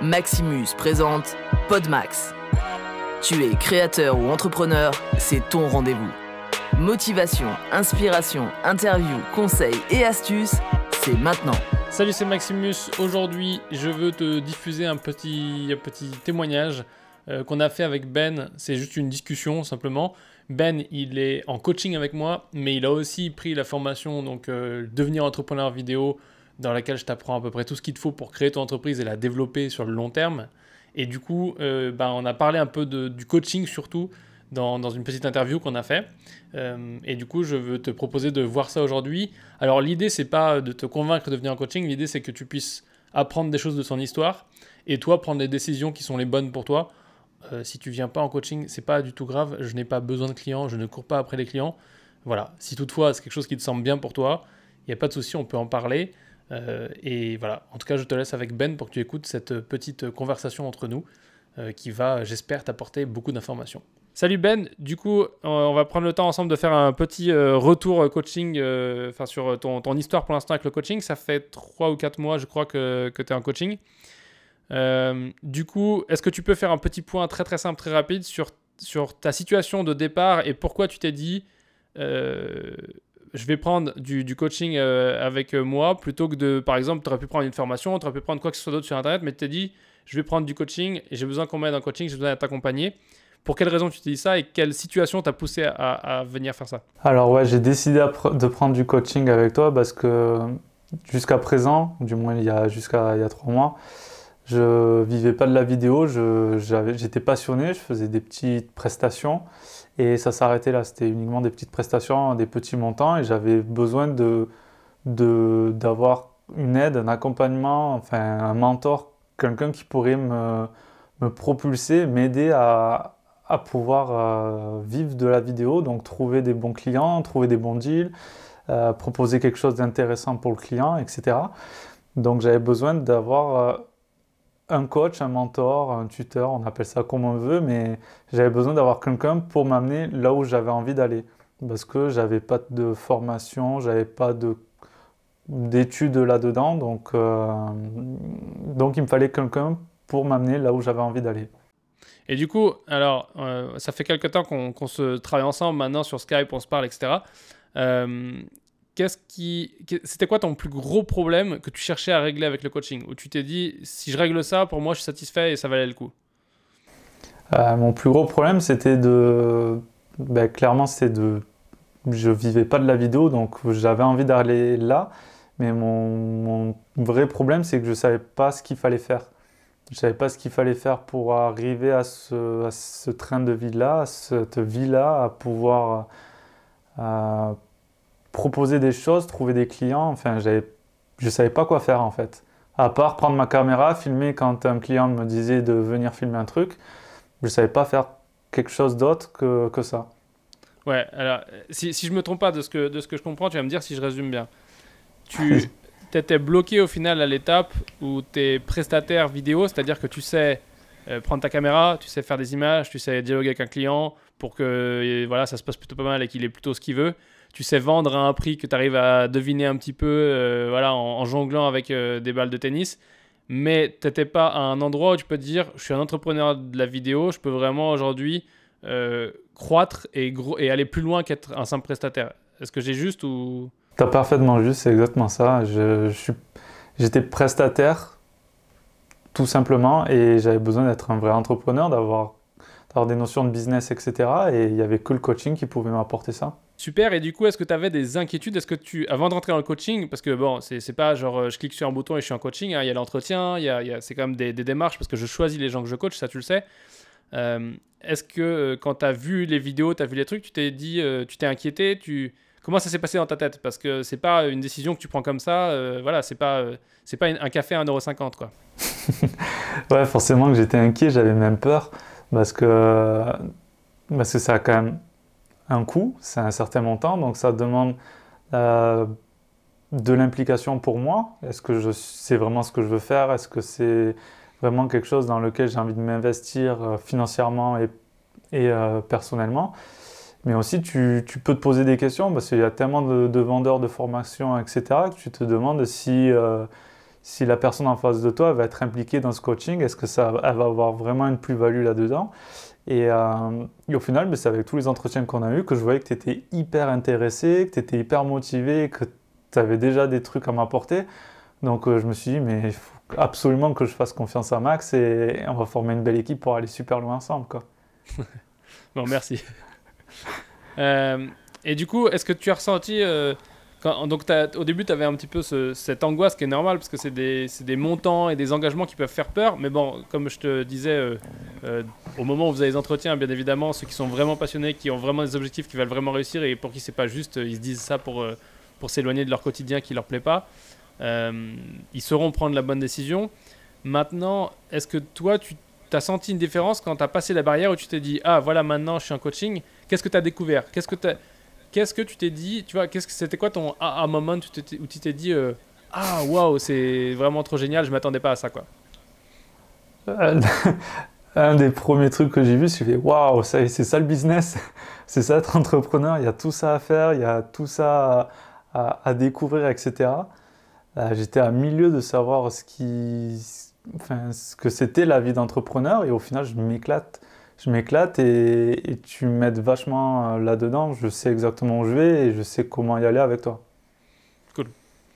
Maximus présente Podmax. Tu es créateur ou entrepreneur, c'est ton rendez-vous. Motivation, inspiration, interview, conseils et astuces, c'est maintenant. Salut, c'est Maximus. Aujourd'hui, je veux te diffuser un petit témoignage qu'on a fait avec Ben. C'est juste une discussion simplement. Ben, il est en coaching avec moi, mais il a aussi pris la formation devenir entrepreneur vidéo, dans laquelle je t'apprends à peu près tout ce qu'il te faut pour créer ton entreprise et la développer sur le long terme. Et du coup, on a parlé un peu du coaching surtout dans une petite interview qu'on a fait. Et du coup, je veux te proposer de voir ça aujourd'hui. Alors l'idée, c'est pas de te convaincre de venir en coaching. L'idée, c'est que tu puisses apprendre des choses de son histoire et toi, prendre des décisions qui sont les bonnes pour toi. Si tu viens pas en coaching, c'est pas du tout grave. Je n'ai pas besoin de clients, je ne cours pas après les clients. Voilà. Si toutefois, c'est quelque chose qui te semble bien pour toi, il n'y a pas de souci, on peut en parler. Et voilà, en tout cas je te laisse avec Ben pour que tu écoutes cette petite conversation entre nous qui va, j'espère, t'apporter beaucoup d'informations. Salut Ben, du coup on va prendre le temps ensemble de faire un petit retour coaching sur ton histoire pour l'instant avec le coaching. Ça fait 3 ou 4 mois je crois que tu es en coaching. Du coup, est-ce que tu peux faire un petit point très très simple, très rapide sur ta situation de départ et pourquoi tu t'es dit je vais prendre du coaching avec moi plutôt que de, par exemple, tu aurais pu prendre une formation, tu aurais pu prendre quoi que ce soit d'autre sur Internet, mais tu t'es dit, je vais prendre du coaching et j'ai besoin qu'on m'aide en coaching, j'ai besoin d'être accompagné. Pour quelle raison tu t'es dit ça et quelle situation t'a poussé à venir faire ça? Alors ouais, j'ai décidé de prendre du coaching avec toi parce que jusqu'à présent, du moins il y a 3 mois, je vivais pas de la vidéo, j'étais passionné, je faisais des petites prestations. Et ça s'arrêtait là, c'était uniquement des petites prestations, des petits montants et j'avais besoin d'avoir une aide, un accompagnement, enfin un mentor, quelqu'un qui pourrait me propulser, m'aider à pouvoir vivre de la vidéo, donc trouver des bons clients, trouver des bons deals, proposer quelque chose d'intéressant pour le client, etc. Donc j'avais besoin d'avoir un coach, un mentor, un tuteur, on appelle ça comme on veut, mais j'avais besoin d'avoir quelqu'un pour m'amener là où j'avais envie d'aller. Parce que j'avais pas de formation, j'avais pas d'études là-dedans, donc il me fallait quelqu'un pour m'amener là où j'avais envie d'aller. Et du coup, alors, ça fait quelques temps qu'on se travaille ensemble maintenant sur Skype, on se parle, etc. C'était quoi ton plus gros problème que tu cherchais à régler avec le coaching? Où tu t'es dit, si je règle ça, pour moi, je suis satisfait et ça valait le coup? Mon plus gros problème, c'était clairement, je vivais pas de la vidéo, donc j'avais envie d'aller là. Mais mon vrai problème, c'est que je savais pas ce qu'il fallait faire. Je savais pas ce qu'il fallait faire pour arriver à ce train de vie-là, à cette vie-là, à pouvoir proposer des choses, trouver des clients. Enfin, je savais pas quoi faire en fait. À part prendre ma caméra, filmer quand un client me disait de venir filmer un truc, je savais pas faire quelque chose d'autre que ça. Ouais, alors, si je me trompe pas de ce que je comprends, tu vas me dire si je résume bien. Tu étais bloqué au final à l'étape où tu es prestataire vidéo, c'est-à-dire que tu sais prendre ta caméra, tu sais faire des images, tu sais dialoguer avec un client pour que voilà, ça se passe plutôt pas mal et qu'il ait plutôt ce qu'il veut. Tu sais vendre à un prix que tu arrives à deviner un petit peu en jonglant avec des balles de tennis. Mais tu n'étais pas à un endroit où tu peux te dire je suis un entrepreneur de la vidéo, je peux vraiment aujourd'hui croître et aller plus loin qu'être un simple prestataire. Est-ce que j'ai juste ou... T'as parfaitement juste, c'est exactement ça. J'étais prestataire tout simplement et j'avais besoin d'être un vrai entrepreneur, d'avoir des notions de business, etc. Et il n'y avait que le coaching qui pouvait m'apporter ça. Super, et du coup, est-ce que tu avais des inquiétudes? Est-ce que avant de rentrer dans le coaching, parce que bon, c'est pas genre je clique sur un bouton et je suis en coaching, hein, il y a l'entretien, c'est quand même des démarches parce que je choisis les gens que je coach, ça tu le sais. Est-ce que quand tu as vu les vidéos, tu as vu les trucs, tu t'es dit, tu t'es inquiété, comment ça s'est passé dans ta tête? Parce que c'est pas une décision que tu prends comme ça, voilà, c'est pas un café à 1,50 € quoi. Ouais, forcément que j'étais inquiet, j'avais même peur parce que ça a quand même un coût, c'est un certain montant, donc ça demande de l'implication pour moi. Est-ce que c'est vraiment ce que je veux faire? Est-ce que c'est vraiment quelque chose dans lequel j'ai envie de m'investir financièrement et personnellement? Mais aussi, tu peux te poser des questions parce qu'il y a tellement de vendeurs de formation, etc., que tu te demandes si si la personne en face de toi va être impliquée dans ce coaching, est-ce que elle va avoir vraiment une plus-value là-dedans? Et au final, c'est avec tous les entretiens qu'on a eus que je voyais que tu étais hyper intéressé, que tu étais hyper motivé, que tu avais déjà des trucs à m'apporter. Donc je me suis dit, mais il faut absolument que je fasse confiance à Max et on va former une belle équipe pour aller super loin ensemble, quoi. Bon, merci. Et du coup, est-ce que tu as ressenti... donc au début, tu avais un petit peu cette angoisse qui est normale parce que c'est des montants et des engagements qui peuvent faire peur. Mais bon, comme je te disais, au moment où vous avez les entretiens, bien évidemment, ceux qui sont vraiment passionnés, qui ont vraiment des objectifs, qui veulent vraiment réussir et pour qui c'est pas juste, ils se disent ça pour s'éloigner de leur quotidien qui leur plaît pas. Ils sauront prendre la bonne décision. Maintenant, est-ce que toi, tu as senti une différence quand tu as passé la barrière où tu t'es dit « Ah, voilà, maintenant, je suis en coaching ». Qu'est-ce que tu as découvert? Qu'est-ce que tu t'es dit? Tu vois, c'était quoi ton aha moment où tu t'es dit Ah, waouh, c'est vraiment trop génial, je m'attendais pas à ça, quoi. Un des premiers trucs que j'ai vu, c'est waouh, c'est ça le business, c'est ça être entrepreneur, il y a tout ça à faire, il y a tout ça à découvrir, etc. J'étais à milieu de savoir ce que c'était la vie d'entrepreneur et au final, je m'éclate et tu m'aides vachement là-dedans. Je sais exactement où je vais et je sais comment y aller avec toi. Cool.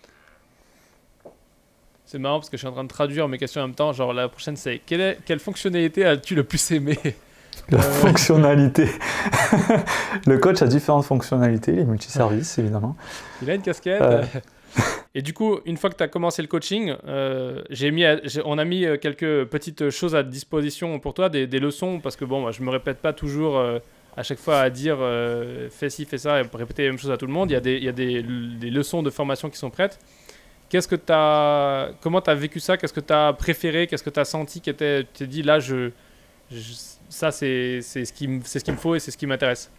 C'est marrant parce que je suis en train de traduire mes questions en même temps. Genre la prochaine, c'est quelle fonctionnalité as-tu le plus aimé? La fonctionnalité. Le coach a différentes fonctionnalités, les multiservices évidemment. Il a une casquette. Et du coup, une fois que tu as commencé le coaching, on a mis quelques petites choses à disposition pour toi, des leçons, parce que bon, moi, je me répète pas toujours à chaque fois à dire fais ci, fais ça, et répéter les mêmes choses à tout le monde. Il y a des leçons de formation qui sont prêtes. Comment tu as vécu ça? Qu'est-ce que tu as préféré? Qu'est-ce que tu as senti tu t'es dit là, ça c'est ce qu'il me faut et c'est ce qui m'intéresse?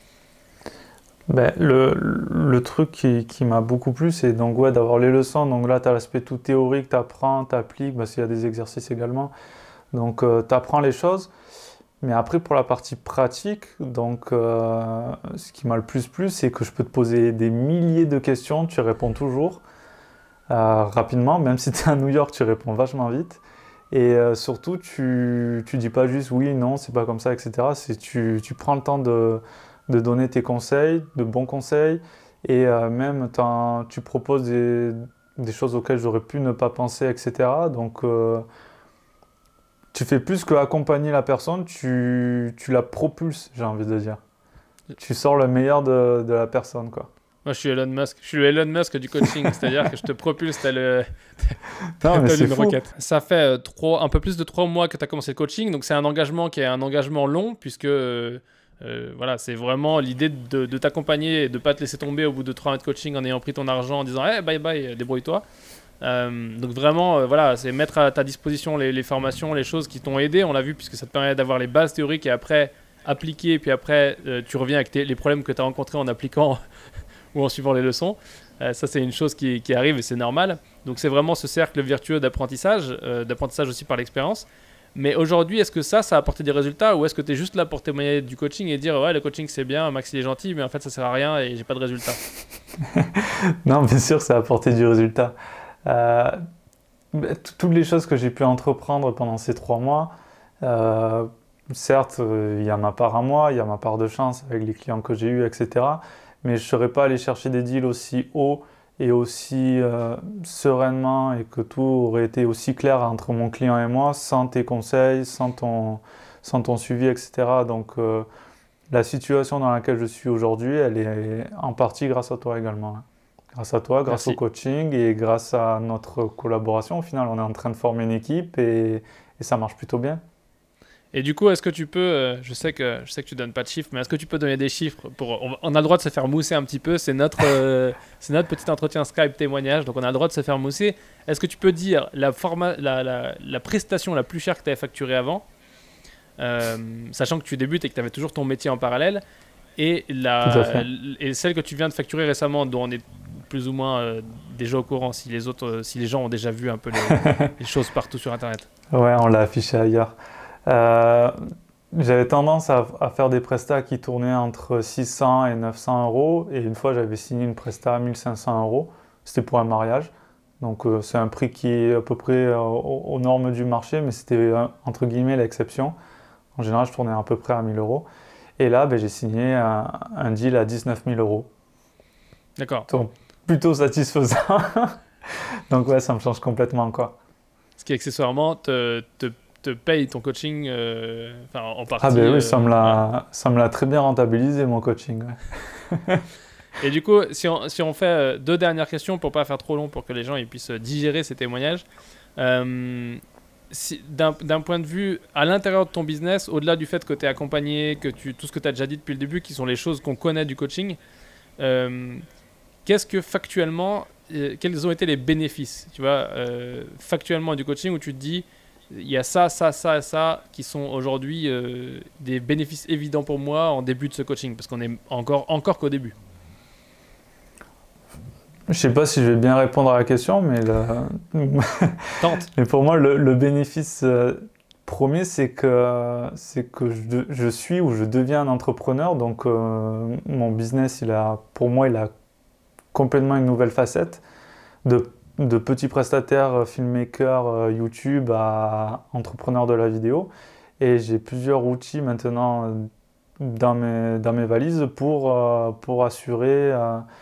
Le truc qui m'a beaucoup plu, c'est donc d'avoir les leçons. Donc là, tu as l'aspect tout théorique, tu apprends, tu appliques, parce qu'il y a des exercices également. Donc tu apprends les choses. Mais après, pour la partie pratique, donc, ce qui m'a le plus plu, c'est que je peux te poser des milliers de questions, tu réponds toujours rapidement. Même si tu es à New York, tu réponds vachement vite. Et surtout, tu dis pas juste oui, non, c'est pas comme ça, etc. Tu prends le temps de donner tes conseils, de bons conseils, et même tu proposes des choses auxquelles j'aurais pu ne pas penser, etc. Donc tu fais plus qu'accompagner la personne, tu la propulses, j'ai envie de dire. Tu sors le meilleur de la personne, quoi. Moi, je suis Elon Musk. Je suis le Elon Musk du coaching, c'est-à-dire que je te propulse tel une roquette. Ça fait un peu plus de 3 mois que tu as commencé le coaching, donc c'est un engagement qui est un engagement long, puisque voilà, c'est vraiment l'idée de t'accompagner et de ne pas te laisser tomber au bout de 3 mois de coaching en ayant pris ton argent en disant hey, bye bye, débrouille-toi. Donc vraiment, voilà, c'est mettre à ta disposition les formations, les choses qui t'ont aidé, on l'a vu, puisque ça te permet d'avoir les bases théoriques et après appliquer, puis après tu reviens avec les problèmes que tu as rencontrés en appliquant ou en suivant les leçons. Ça, c'est une chose qui arrive et c'est normal. Donc c'est vraiment ce cercle vertueux d'apprentissage aussi par l'expérience. Mais aujourd'hui, est-ce que ça a apporté des résultats ou est-ce que tu es juste là pour témoigner du coaching et dire ouais, le coaching c'est bien, Max il est gentil, mais en fait ça sert à rien et j'ai pas de résultat? Non, bien sûr, ça a apporté du résultat. Toutes les choses que j'ai pu entreprendre pendant ces 3 mois, certes, il y a ma part à moi, il y a ma part de chance avec les clients que j'ai eus, etc. Mais je ne serais pas allé chercher des deals aussi hauts et aussi sereinement et que tout aurait été aussi clair entre mon client et moi sans tes conseils, sans ton suivi, etc. Donc la situation dans laquelle je suis aujourd'hui, elle est en partie grâce à toi également. Grâce à toi, grâce au coaching et grâce à notre collaboration. Au final, on est en train de former une équipe et ça marche plutôt bien. Et du coup, est-ce que tu peux, je sais que tu donnes pas de chiffres, mais est-ce que tu peux donner des chiffres on a le droit de se faire mousser un petit peu, c'est notre petit entretien Skype témoignage, donc on a le droit de se faire mousser. Est-ce que tu peux dire la prestation la plus chère que tu avais facturée avant, sachant que tu débutes et que tu avais toujours ton métier en parallèle, et celle que tu viens de facturer récemment, dont on est plus ou moins déjà au courant si les gens ont déjà vu un peu les choses partout sur Internet? Ouais, on l'a affiché ailleurs. J'avais tendance à faire des prestats qui tournaient entre 600 et 900 euros et une fois j'avais signé une presta à 1500 euros, c'était pour un mariage, Donc c'est un prix qui est à peu près aux normes du marché, mais c'était entre guillemets l'exception. En général, je tournais à peu près à 1 000 euros. Et là, j'ai signé un deal à 19 000 euros. D'accord. Donc plutôt satisfaisant. Donc ouais, ça me change complètement quoi. Ce qui accessoirement te paye ton coaching en partie. Ah ben oui, ça me l'a très bien rentabilisé mon coaching. Ouais. Et du coup, si on fait 2 dernières questions pour pas faire trop long, pour que les gens ils puissent digérer ces témoignages. D'un point de vue à l'intérieur de ton business, au-delà du fait que tu es accompagné, tout ce que tu as déjà dit depuis le début, qui sont les choses qu'on connaît du coaching, qu'est-ce que factuellement, quels ont été les bénéfices, tu vois, factuellement du coaching, où tu te dis, il y a ça qui sont aujourd'hui des bénéfices évidents pour moi en début de ce coaching, parce qu'on est encore qu'au début. Je sais pas si je vais bien répondre à la question, mais Tente. Mais pour moi, le bénéfice premier, c'est que je suis ou je deviens un entrepreneur. Donc, mon business, pour moi, il a complètement une nouvelle facette. De petits prestataires, filmmakers, YouTube à entrepreneur de la vidéo. Et j'ai plusieurs outils maintenant dans mes valises pour assurer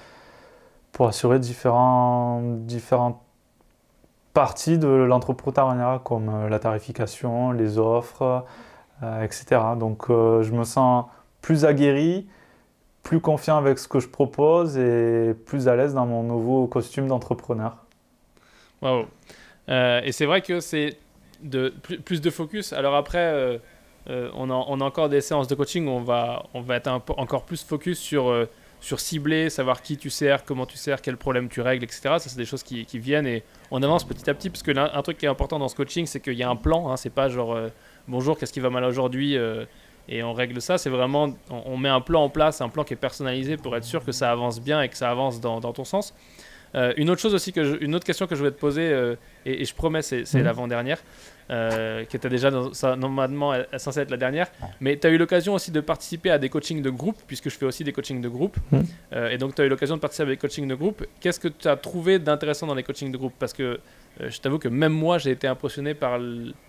différentes parties de l'entrepreneuriat, comme la tarification, les offres, etc. Donc je me sens plus aguerri, plus confiant avec ce que je propose et plus à l'aise dans mon nouveau costume d'entrepreneur. Waouh. Et c'est vrai que c'est plus de focus. Alors après, on a encore des séances de coaching où on va être encore plus focus sur cibler, savoir qui tu sers, comment tu sers, quels problèmes tu règles, etc. Ça, c'est des choses qui viennent et on avance petit à petit. Parce que là, un truc qui est important dans ce coaching, c'est qu'il y a un plan. Hein, c'est pas genre bonjour, qu'est-ce qui va mal aujourd'hui et on règle ça. C'est vraiment, on met un plan en place, un plan qui est personnalisé pour être sûr que ça avance bien et que ça avance dans ton sens. Une autre chose aussi, une autre question que je voulais te poser, et je promets, c'est l'avant-dernière, qui était déjà normalement censée être la dernière, mais tu as eu l'occasion aussi de participer à des coachings de groupe, puisque je fais aussi des coachings de groupe, et donc tu as eu l'occasion de participer à des coachings de groupe. Qu'est-ce que tu as trouvé d'intéressant dans les coachings de groupe? Parce que je t'avoue que même moi, j'ai été impressionné par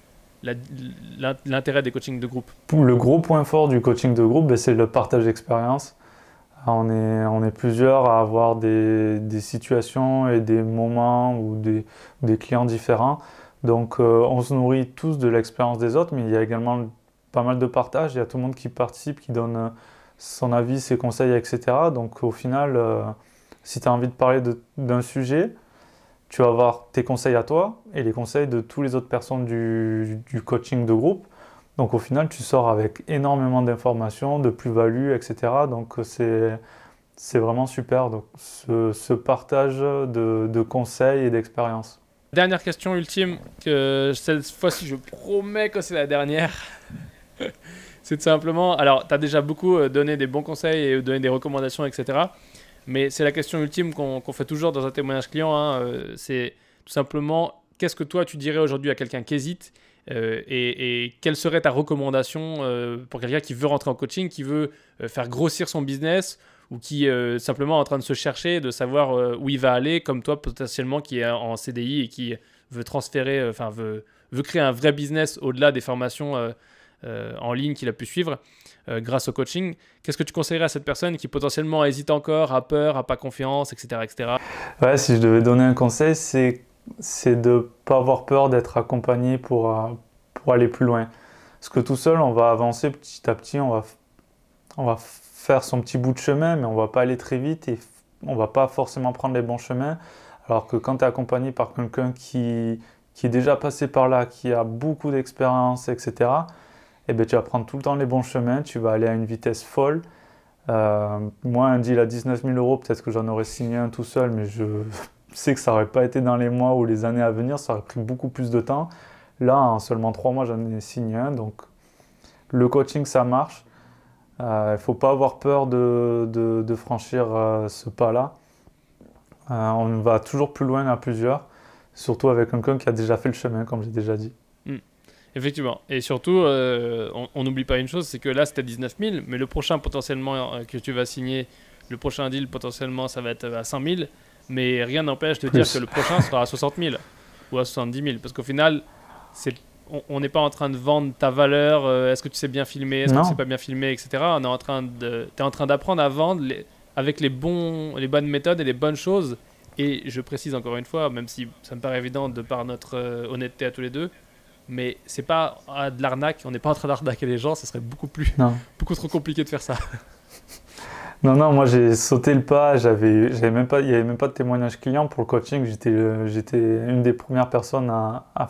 l'intérêt des coachings de groupe. Le gros point fort du coaching de groupe, c'est le partage d'expérience. On est plusieurs à avoir des situations et des moments ou des clients différents. Donc on se nourrit tous de l'expérience des autres, mais il y a également pas mal de partage. Il y a tout le monde qui participe, qui donne son avis, ses conseils, etc. Donc au final, si tu as envie de parler d'un sujet, tu vas avoir tes conseils à toi et les conseils de toutes les autres personnes du coaching de groupe. Donc au final, tu sors avec énormément d'informations, de plus-value, etc. Donc c'est vraiment super, donc, ce partage de conseils et d'expériences. Dernière question ultime, que cette fois-ci je promets que c'est la dernière. C'est tout simplement, alors tu as déjà beaucoup donné des bons conseils et donné des recommandations, etc. Mais c'est la question ultime qu'on fait toujours dans un témoignage client. Hein, c'est tout simplement, qu'est-ce que toi tu dirais aujourd'hui à quelqu'un qui hésite et quelle serait ta recommandation pour quelqu'un qui veut rentrer en coaching, qui veut faire grossir son business ou qui est simplement en train de se chercher, de savoir où il va aller, comme toi potentiellement qui est en CDI et qui veut transférer, veut créer un vrai business au-delà des formations en ligne qu'il a pu suivre grâce au coaching. Qu'est-ce que tu conseillerais à cette personne qui potentiellement hésite encore, a peur, a pas confiance, etc. etc. Ouais, si je devais donner un conseil, c'est de ne pas avoir peur d'être accompagné pour aller plus loin. Parce que tout seul, on va avancer petit à petit, on va faire son petit bout de chemin, mais on ne va pas aller très vite et on ne va pas forcément prendre les bons chemins. Alors que quand tu es accompagné par quelqu'un qui est déjà passé par là, qui a beaucoup d'expérience, etc., eh bien, tu vas prendre tout le temps les bons chemins, tu vas aller à une vitesse folle. Moi, un deal à 19 000 euros, peut-être que j'en aurais signé un tout seul, mais je sais que ça n'aurait pas été dans les mois ou les années à venir, ça aurait pris beaucoup plus de temps. Là, en seulement 3 mois, j'en ai signé un. Donc, le coaching, ça marche. Il ne faut pas avoir peur de franchir ce pas-là. On va toujours plus loin à plusieurs, surtout avec quelqu'un qui a déjà fait le chemin, comme j'ai déjà dit. Effectivement. Et surtout, on n'oublie pas une chose, c'est que là, c'était 19 000, mais le prochain potentiellement que tu vas signer, le prochain deal potentiellement, ça va être à 5 000. Mais rien n'empêche de dire que le prochain sera à 60 000 ou à 70 000. Parce qu'au final, on n'est pas en train de vendre ta valeur. Est-ce que tu sais bien filmer? Est-ce que tu sais pas bien filmer, etc. T'es en train d'apprendre à vendre avec les bonnes méthodes et les bonnes choses. Et je précise encore une fois, même si ça me paraît évident de par notre honnêteté à tous les deux, mais c'est pas de l'arnaque. On n'est pas en train d'arnaquer les gens. Ce serait beaucoup trop compliqué de faire ça. Non, moi j'ai sauté le pas. Il n'y avait même pas de témoignage client pour le coaching. J'étais une des premières personnes à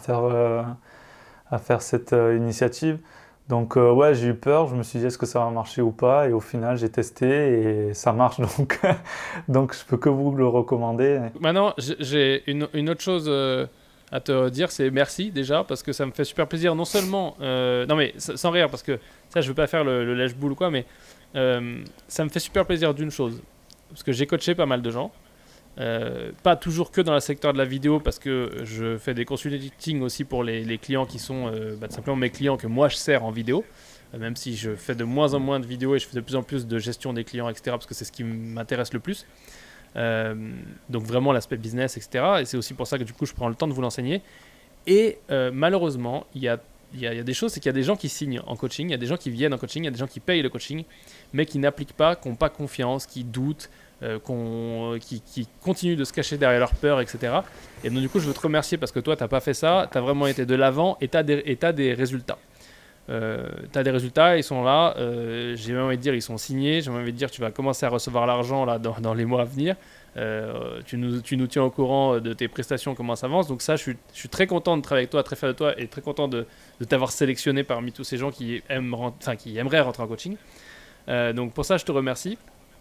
faire cette initiative. Donc ouais, j'ai eu peur. Je me suis dit est-ce que ça va marcher ou pas? Et au final, j'ai testé et ça marche. Donc je peux que vous le recommander. Maintenant, j'ai une autre chose à te dire, c'est merci déjà, parce que ça me fait super plaisir. Non seulement, non mais sans rire, parce que ça, je veux pas faire le lèche-boule ou quoi, mais ça me fait super plaisir d'une chose, parce que j'ai coaché pas mal de gens. Pas toujours que dans le secteur de la vidéo, parce que je fais des consulting aussi pour les clients qui sont tout simplement mes clients que moi je sers en vidéo, même si je fais de moins en moins de vidéos et je fais de plus en plus de gestion des clients, etc., parce que c'est ce qui m'intéresse le plus. Donc vraiment l'aspect business, etc. Et c'est aussi pour ça que du coup je prends le temps de vous l'enseigner. Et malheureusement, il y a des choses, c'est qu'il y a des gens qui signent en coaching, il y a des gens qui viennent en coaching, il y a des gens qui payent le coaching, mais qui n'appliquent pas, qui n'ont pas confiance, qui doutent, qui continuent de se cacher derrière leur peur, etc. Et donc du coup je veux te remercier parce que toi tu n'as pas fait ça, tu as vraiment été de l'avant et tu as des résultats. Tu as des résultats, ils sont là, j'ai même envie de dire ils sont signés, j'ai même envie de dire tu vas commencer à recevoir l'argent là dans les mois à venir. Tu nous tiens au courant de tes prestations, comment ça avance. Donc ça, je suis très content de travailler avec toi, très fier de toi et très content de t'avoir sélectionné parmi tous ces gens qui aimeraient rentrer en coaching. Donc pour ça, je te remercie.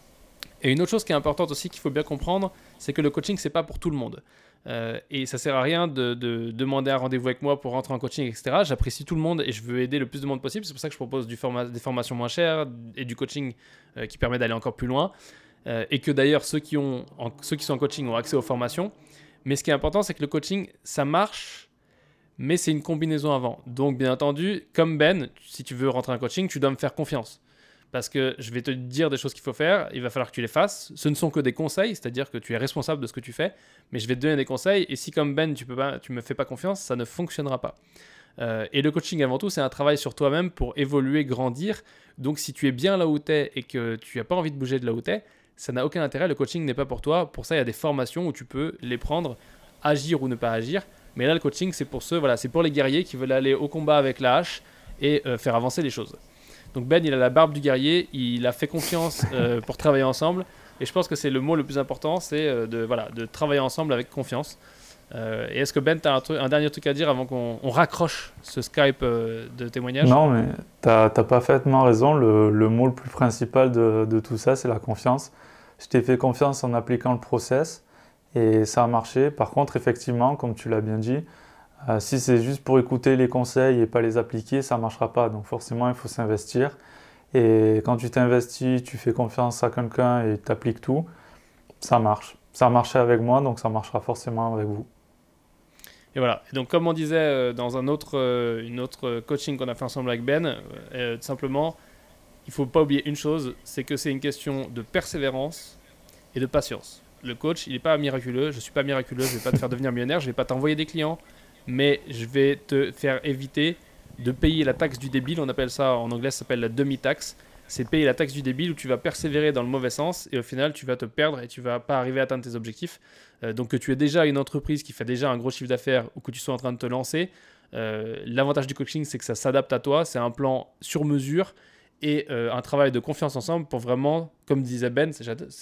Et une autre chose qui est importante aussi qu'il faut bien comprendre, c'est que le coaching, c'est pas pour tout le monde. Et ça sert à rien de demander un rendez-vous avec moi pour rentrer en coaching, etc. J'apprécie tout le monde et je veux aider le plus de monde possible. C'est pour ça que je propose des formations moins chères et du coaching qui permet d'aller encore plus loin. Et que d'ailleurs ceux qui sont en coaching ont accès aux formations. Mais ce qui est important, c'est que le coaching, ça marche, mais c'est une combinaison avant. Donc bien entendu, comme Ben, si tu veux rentrer en coaching, tu dois me faire confiance. Parce que je vais te dire des choses qu'il faut faire, il va falloir que tu les fasses. Ce ne sont que des conseils, c'est-à-dire que tu es responsable de ce que tu fais, mais je vais te donner des conseils, et si comme Ben, tu me fais pas confiance, ça ne fonctionnera pas. Et le coaching, avant tout, c'est un travail sur toi-même pour évoluer, grandir. Donc si tu es bien là où tu es et que tu n'as pas envie de bouger de là où tu es, ça n'a aucun intérêt, le coaching n'est pas pour toi. Pour ça, il y a des formations où tu peux les prendre, agir ou ne pas agir. Mais là, le coaching, c'est pour c'est pour les guerriers qui veulent aller au combat avec la hache et faire avancer les choses. Donc Ben, il a la barbe du guerrier, il a fait confiance pour travailler ensemble. Et je pense que c'est le mot le plus important, c'est de travailler ensemble avec confiance. Et est-ce que Ben, tu as un dernier truc à dire avant qu'on raccroche ce Skype de témoignage? Non, mais tu as parfaitement raison. Le mot le plus principal de tout ça, c'est la confiance. Je t'ai fait confiance en appliquant le process et ça a marché. Par contre, effectivement, comme tu l'as bien dit, si c'est juste pour écouter les conseils et pas les appliquer, ça ne marchera pas. Donc forcément, il faut s'investir. Et quand tu t'investis, tu fais confiance à quelqu'un et tu appliques tout, ça marche. Ça a marché avec moi, donc ça marchera forcément avec vous. Et voilà. Et donc, comme on disait dans une autre coaching qu'on a fait ensemble avec Ben, tout simplement, il ne faut pas oublier une chose, c'est que c'est une question de persévérance et de patience. Le coach, il n'est pas miraculeux, je ne suis pas miraculeux, je ne vais pas te faire devenir millionnaire, je ne vais pas t'envoyer des clients, mais je vais te faire éviter de payer la taxe du débile. On appelle ça, en anglais, ça s'appelle la demi-taxe. C'est payer la taxe du débile où tu vas persévérer dans le mauvais sens et au final, tu vas te perdre et tu ne vas pas arriver à atteindre tes objectifs. Donc que tu aies déjà une entreprise qui fait déjà un gros chiffre d'affaires ou que tu sois en train de te lancer, l'avantage du coaching, c'est que ça s'adapte à toi. C'est un plan sur mesure et un travail de confiance ensemble pour vraiment, comme disait Ben,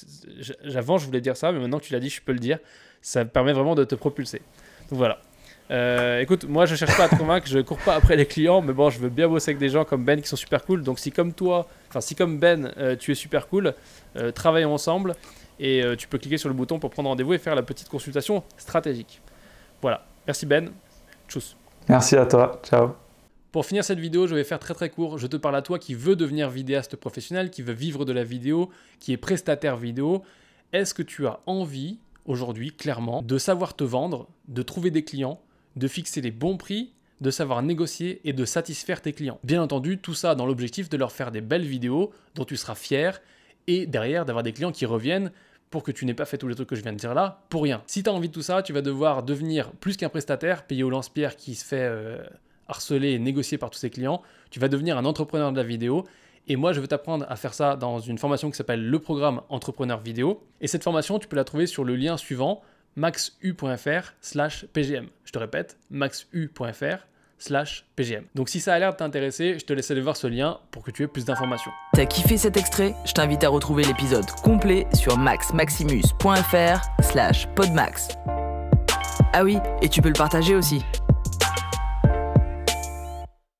avant je voulais dire ça, mais maintenant que tu l'as dit, je peux le dire, ça permet vraiment de te propulser. Donc voilà. Écoute, moi je cherche pas à te convaincre, je cours pas après les clients, mais bon, je veux bien bosser avec des gens comme Ben qui sont super cool. Donc si comme Ben, tu es super cool, travaillons ensemble et tu peux cliquer sur le bouton pour prendre rendez-vous et faire la petite consultation stratégique. Voilà, merci Ben, tchuss. Merci à toi, ciao. Pour finir cette vidéo, je vais faire très très court. Je te parle à toi qui veut devenir vidéaste professionnel, qui veut vivre de la vidéo, qui est prestataire vidéo. Est-ce que tu as envie aujourd'hui, clairement, de savoir te vendre, de trouver des clients, de fixer les bons prix, de savoir négocier et de satisfaire tes clients? Bien entendu, tout ça dans l'objectif de leur faire des belles vidéos dont tu seras fier et derrière d'avoir des clients qui reviennent pour que tu n'aies pas fait tous les trucs que je viens de dire là, pour rien. Si tu as envie de tout ça, tu vas devoir devenir plus qu'un prestataire, payé au lance-pierre qui se fait harceler et négocier par tous ses clients. Tu vas devenir un entrepreneur de la vidéo. Et moi, je veux t'apprendre à faire ça dans une formation qui s'appelle le programme Entrepreneur Vidéo. Et cette formation, tu peux la trouver sur le lien suivant, maxu.fr/pgm. Je te répète, maxu.fr/pgm. Donc si ça a l'air de t'intéresser, je te laisse aller voir ce lien pour que tu aies plus d'informations. T'as kiffé cet extrait? Je t'invite à retrouver l'épisode complet sur maxmaximus.fr/podmax. Ah oui, et tu peux le partager aussi.